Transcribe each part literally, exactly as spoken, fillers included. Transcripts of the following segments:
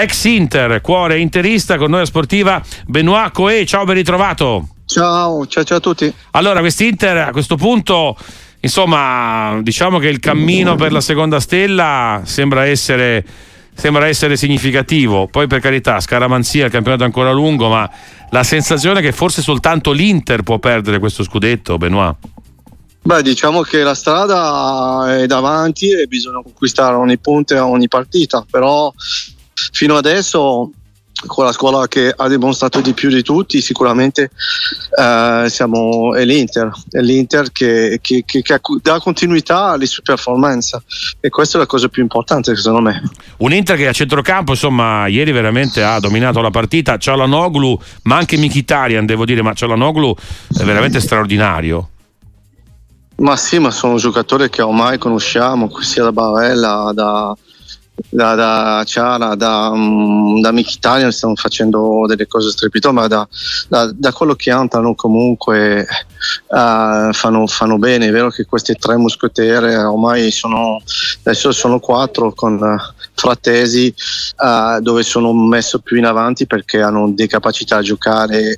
ex Inter, cuore interista, con noi a Sportiva Benoît Cœur. Ciao, ben ritrovato. Ciao, ciao, ciao a tutti. Allora, quest'Inter a questo punto, insomma, diciamo che il cammino per la seconda stella sembra essere, sembra essere significativo. Poi, per carità, scaramanzia, il campionato è ancora lungo, ma la sensazione è che forse soltanto l'Inter può perdere questo scudetto, Benoît. Beh, diciamo che la strada è davanti e bisogna conquistare ogni punto a ogni partita, però fino adesso, con la squadra che ha dimostrato di più di tutti, sicuramente eh, siamo, è l'Inter, è l'Inter che, che, che, che dà continuità alle sue performance, e questa è la cosa più importante secondo me. Un Inter che a centrocampo, insomma, ieri veramente ha dominato la partita. Çalhanoğlu, ma anche Mkhitaryan, devo dire, ma Çalhanoğlu è veramente straordinario. Ma sì, ma sono giocatori che ormai conosciamo, sia da Barella, da da, da Ciara, da, um, da Mkhitaryan stanno facendo delle cose strepitose, ma da, da, da quello che entrano comunque uh, fanno, fanno bene. È vero che questi tre moschettieri ormai sono, adesso sono quattro con uh, Frattesi, uh, dove sono messo più in avanti perché hanno di capacità a giocare.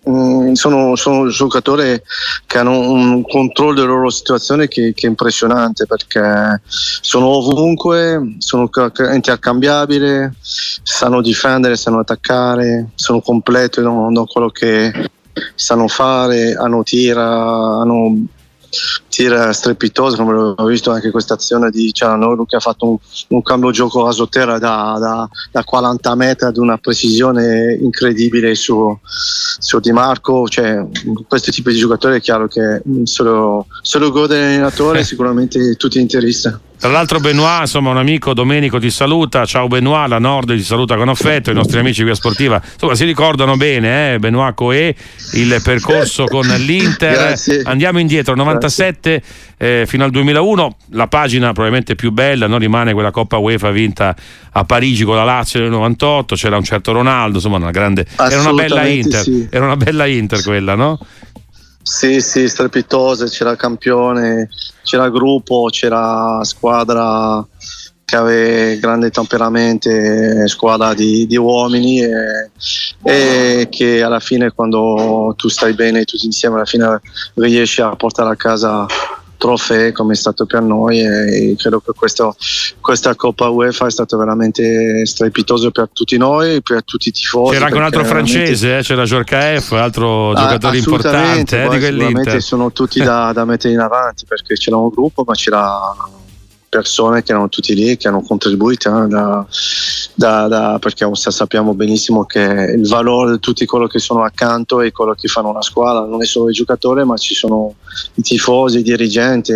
Sono, sono giocatori che hanno un controllo della loro situazione che, che è impressionante, perché sono ovunque, sono intercambiabili, sanno difendere, sanno attaccare, sono completi in no, no, quello che sanno fare, hanno tira, hanno tira strepitoso, come ho visto anche questa azione di Çalhanoğlu che ha fatto un, un cambio gioco rasoterra da, da, da quaranta metri ad una precisione incredibile su, su Di Marco. Cioè, questo tipo di giocatore è chiaro che se lo, se lo gode l'allenatore, sicuramente tutti interisti. Tra l'altro Benoît, insomma, un amico, Domenico, ti saluta. Ciao Benoît, la Nord ti saluta con affetto, i nostri amici qui a Sportiva, insomma, si ricordano bene, eh? Benoît Cœur, il percorso con l'Inter. Grazie. Andiamo indietro, novantasette eh, fino al duemilauno, la pagina probabilmente più bella, non rimane quella Coppa UEFA vinta a Parigi con la Lazio nel novantotto, c'era un certo Ronaldo, insomma, una grande, era una bella Inter, sì. Era una bella Inter quella, no? Sì, sì, strepitosa, c'era il campione, c'era gruppo, c'era squadra che aveva grande temperamento, squadra di, di uomini e, e che alla fine, quando tu stai bene tutti insieme, alla fine riesci a portare a casa trofei, come è stato per noi, e credo che questo, questa Coppa UEFA è stata veramente strepitosa per tutti noi, per tutti i tifosi. C'era anche un altro francese, eh? C'era Djorkaeff, altro ah, giocatore importante eh, di quell'Inter. Sono tutti da, da mettere in avanti, perché c'era un gruppo, ma c'era persone che erano tutti lì, che hanno contribuito eh, da, da, da, perché sappiamo benissimo che il valore di tutti quello che sono accanto e quello che fanno una squadra non è solo i giocatori, ma ci sono i tifosi, i dirigenti,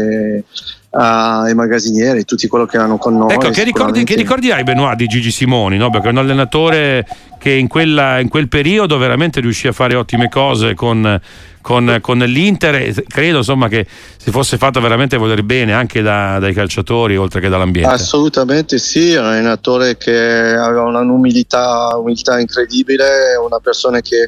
Uh, i magazzinieri, tutti quello che hanno con noi. Ecco, che ricordi, che ricordi hai, Benoît, di Gigi Simoni, no? Perché è un allenatore che in, quella, in quel periodo veramente riuscì a fare ottime cose con, con, con l'Inter, e credo insomma che si fosse fatto veramente voler bene anche da, dai calciatori oltre che dall'ambiente. Assolutamente sì, è un allenatore che aveva un'umiltà umiltà incredibile, una persona che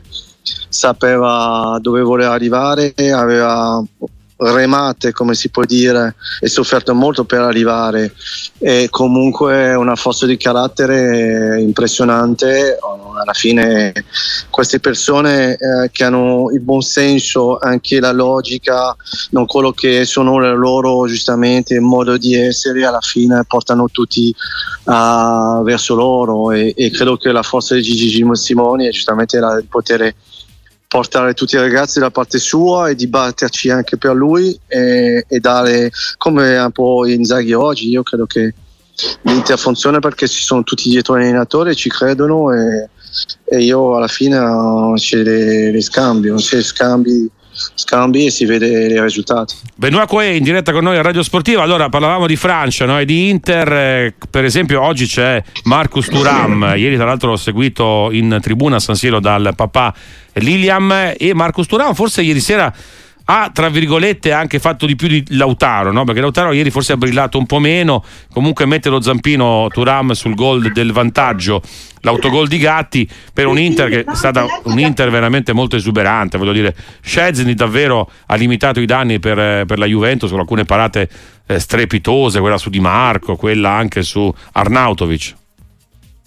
sapeva dove voleva arrivare, aveva remate, come si può dire, e sofferto molto per arrivare, e comunque una forza di carattere impressionante. Alla fine queste persone eh, che hanno il buon senso, anche la logica, non quello che sono le loro giustamente modo di essere, alla fine portano tutti uh, verso loro, e, e credo che la forza di Gigi Simoni è giustamente la, il potere portare tutti i ragazzi dalla parte sua e di batterci anche per lui, e, e dare, come un po' Inzaghi oggi. Io credo che l'Inter funziona perché ci sono tutti dietro l'allenatore, ci credono, e, e io alla fine uh, c'è le, le scambio, c'è scambi scambi e si vede i risultati. Benoît Cœur in diretta con noi a Radio Sportiva. Allora, parlavamo di Francia, no? E di Inter, eh, per esempio oggi c'è Marcus Thuram, ieri tra l'altro l'ho seguito in tribuna a San Siro dal papà Lilian, e Marcus Thuram forse ieri sera ha, tra virgolette, anche fatto di più di Lautaro, no? Perché Lautaro ieri forse ha brillato un po' meno, comunque mette lo zampino Thuram sul gol del vantaggio, l'autogol di Gatti, per un Inter che è stata un Inter veramente molto esuberante. Voglio dire, Szczęsny davvero ha limitato i danni per, per la Juventus con alcune parate eh, strepitose, quella su Di Marco, quella anche su Arnautovic.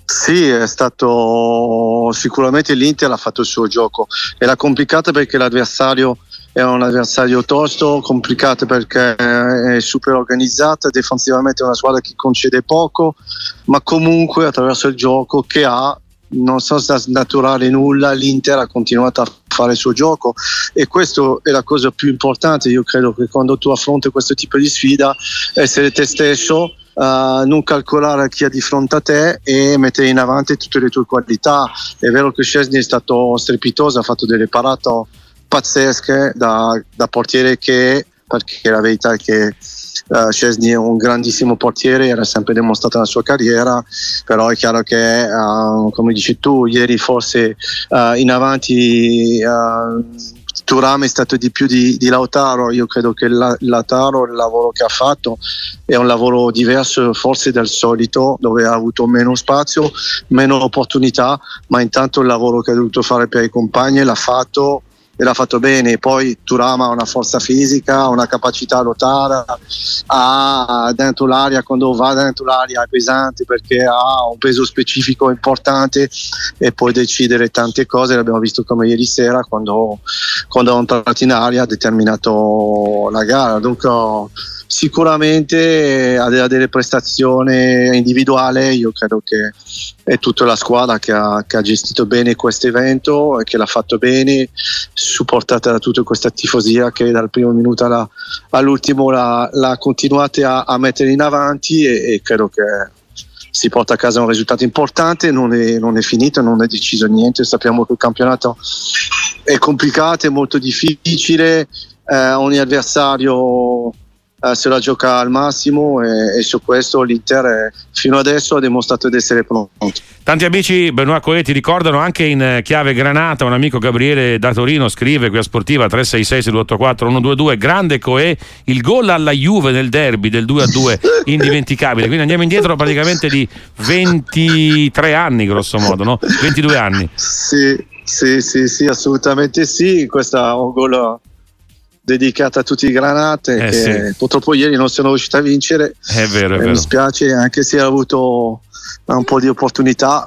Sì, è stato sicuramente l'Inter ha fatto il suo gioco. Era complicato perché l'avversario è un avversario tosto, complicato perché è super organizzata, difensivamente è una squadra che concede poco, ma comunque attraverso il gioco che ha, non so se snaturare nulla, l'Inter ha continuato a fare il suo gioco, e questo è la cosa più importante. Io credo che quando tu affronti questo tipo di sfida, essere te stesso, Uh, non calcolare chi ha di fronte a te e mettere in avanti tutte le tue qualità. È vero che Szczęsny è stato strepitoso, ha fatto delle parate pazzesche da, da portiere che è, perché la verità è che uh, Szczęsny è un grandissimo portiere, era sempre dimostrato nella sua carriera, però è chiaro che uh, come dici tu, ieri forse uh, in avanti uh, Thuram è stato di più di, di Lautaro. Io credo che la, Lautaro, il lavoro che ha fatto è un lavoro diverso forse del solito, dove ha avuto meno spazio, meno opportunità, ma intanto il lavoro che ha dovuto fare per i compagni l'ha fatto e l'ha fatto bene. Poi Thuram ha una forza fisica, una capacità a lottare, ha dentro l'aria, quando va dentro l'aria è pesante perché ha un peso specifico importante e può decidere tante cose. L'abbiamo visto come ieri sera quando, quando è entrato in aria ha determinato la gara. Dunque sicuramente ha delle prestazioni individuali. Io credo che è tutta la squadra che ha, che ha gestito bene questo evento e che l'ha fatto bene, supportata da tutta questa tifosia che dal primo minuto alla, all'ultimo l'ha, l'ha continuata a, a mettere in avanti, e, e credo che si porta a casa un risultato importante. Non è, non è finito, non è deciso niente, sappiamo che il campionato è complicato, è molto difficile, eh, ogni avversario Uh, se la gioca al massimo, e, e su questo l'Inter è, fino adesso ha dimostrato di essere pronto. Tanti amici Benoît Coé ti ricordano anche in chiave granata. Un amico Gabriele da Torino scrive qui a Sportiva tre sei sei sei due otto quattro uno due due: grande Coé, il gol alla Juve nel derby del due a due indimenticabile. Quindi andiamo indietro praticamente di ventitré anni grosso modo, no? ventidue anni. Sì, sì, sì, sì, assolutamente sì. Questo è un gol dedicata a tutti i Granate, eh, che sì, purtroppo ieri non sono riusciti a vincere. È vero, è vero. Mi spiace, anche se ha avuto un po' di opportunità,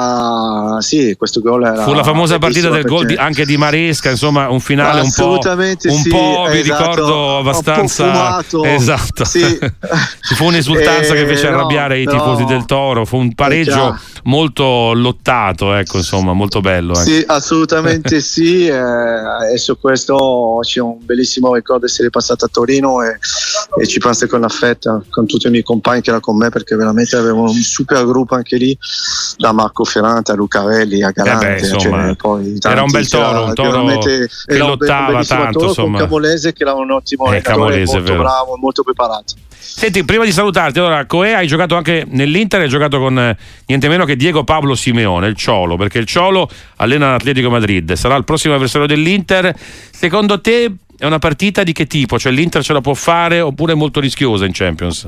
ma sì, questo gol era fu la famosa partita del gol di, anche di Maresca, insomma un finale un po', un sì, po' mi esatto, ricordo abbastanza un po' fumato. Esatto, sì. Ci fu un'esultanza eh, che fece no, arrabbiare i tifosi no, del Toro, fu un pareggio molto lottato, ecco, insomma molto bello, ecco. Sì, assolutamente sì, eh, e su questo c'è un bellissimo ricordo di essere passato a Torino, e, e ci penso con affetto, con tutti i miei compagni che erano con me, perché veramente avevo un super gruppo anche lì, da Marco Ferrante a Luca Relli a Galante, eh beh, insomma, cioè, poi tanti, era un bel Toro, un Toro che lottava tanto, Toro, insomma, con Camolese che era un ottimo eh, allenatore, molto bravo, molto preparato. Senti, prima di salutarti, allora, Coé, hai giocato anche nell'Inter, hai giocato con eh, niente meno che Diego Pablo Simeone, il Ciolo, perché il Ciolo allena l'Atletico Madrid, sarà il prossimo avversario dell'Inter. Secondo te è una partita di che tipo? Cioè l'Inter ce la può fare oppure è molto rischiosa in Champions?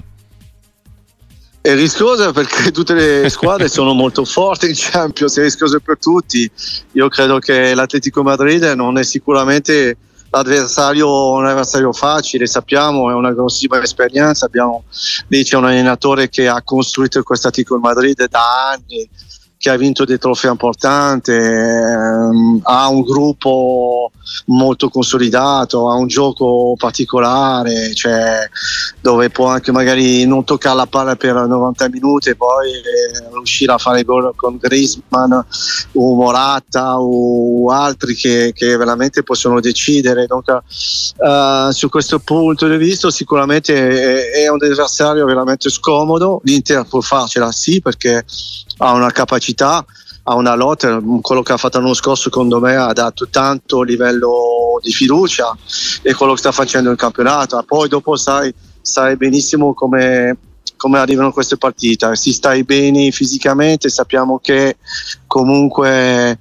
È rischiosa perché tutte le squadre sono molto forti in Champions, è rischiosa per tutti. Io credo che l'Atletico Madrid non è sicuramente l'avversario, un avversario facile, sappiamo, è una grossissima esperienza. Abbiamo lì c'è un allenatore che ha costruito questo Atletico Madrid da anni, che ha vinto dei trofei importanti, ehm, ha un gruppo molto consolidato, ha un gioco particolare, cioè dove può anche magari non toccare la palla per novanta minuti e poi eh, riuscire a fare gol con Griezmann o Morata o altri che, che veramente possono decidere. Donc, uh, su questo punto di vista sicuramente è, è un avversario veramente scomodo. L'Inter può farcela, sì, perché ha una capacità, ha una lotta. Quello che ha fatto l'anno scorso secondo me ha dato tanto livello di fiducia, e quello che sta facendo il campionato. Poi dopo sai, sai benissimo come, come arrivano queste partite, si stai bene fisicamente, sappiamo che comunque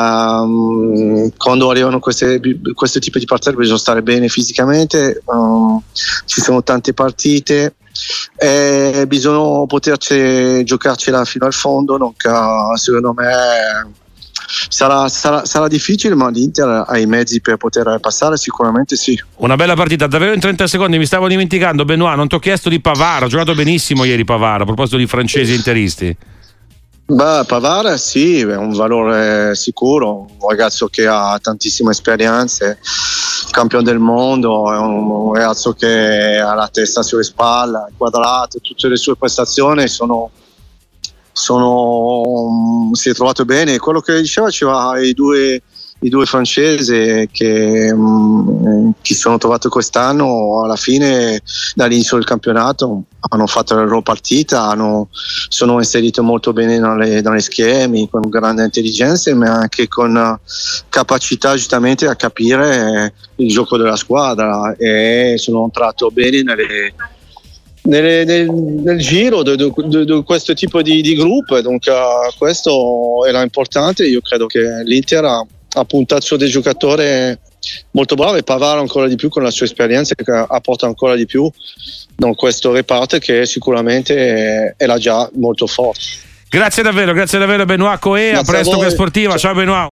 um, quando arrivano queste, questo tipo di partite bisogna stare bene fisicamente, um, ci sono tante partite e bisogna poterci giocarcela fino al fondo. Donc, secondo me sarà, sarà, sarà difficile, ma l'Inter ha i mezzi per poter passare, sicuramente sì. Una bella partita, davvero. In trenta secondi mi stavo dimenticando, Benoît, non ti ho chiesto di Pavard. Ha giocato benissimo ieri Pavard, a proposito di francesi e interisti. Beh, Pavard sì, è un valore sicuro, un ragazzo che ha tantissime esperienze, campione del mondo, è un ragazzo che ha la testa sulle spalle, è quadrato, tutte le sue prestazioni sono, sono si è trovato bene. Quello che diceva, c'era i due i due francesi che mh, si sono trovati quest'anno, alla fine dall'inizio del campionato hanno fatto la loro partita, hanno, sono inseriti molto bene nelle, nelle schemi, con grande intelligenza, ma anche con capacità giustamente a capire il gioco della squadra, e sono entrato bene nelle Nel, nel, nel giro di questo tipo di, di gruppo. Dunque questo era importante. Io credo che l'Inter ha, ha puntato su dei giocatori molto bravi, e Pavard ancora di più con la sua esperienza, che apporta ancora di più in questo reparto, che sicuramente era già molto forte. Grazie davvero, grazie davvero Benoît Coé, a presto con Sportiva, ciao Benoît.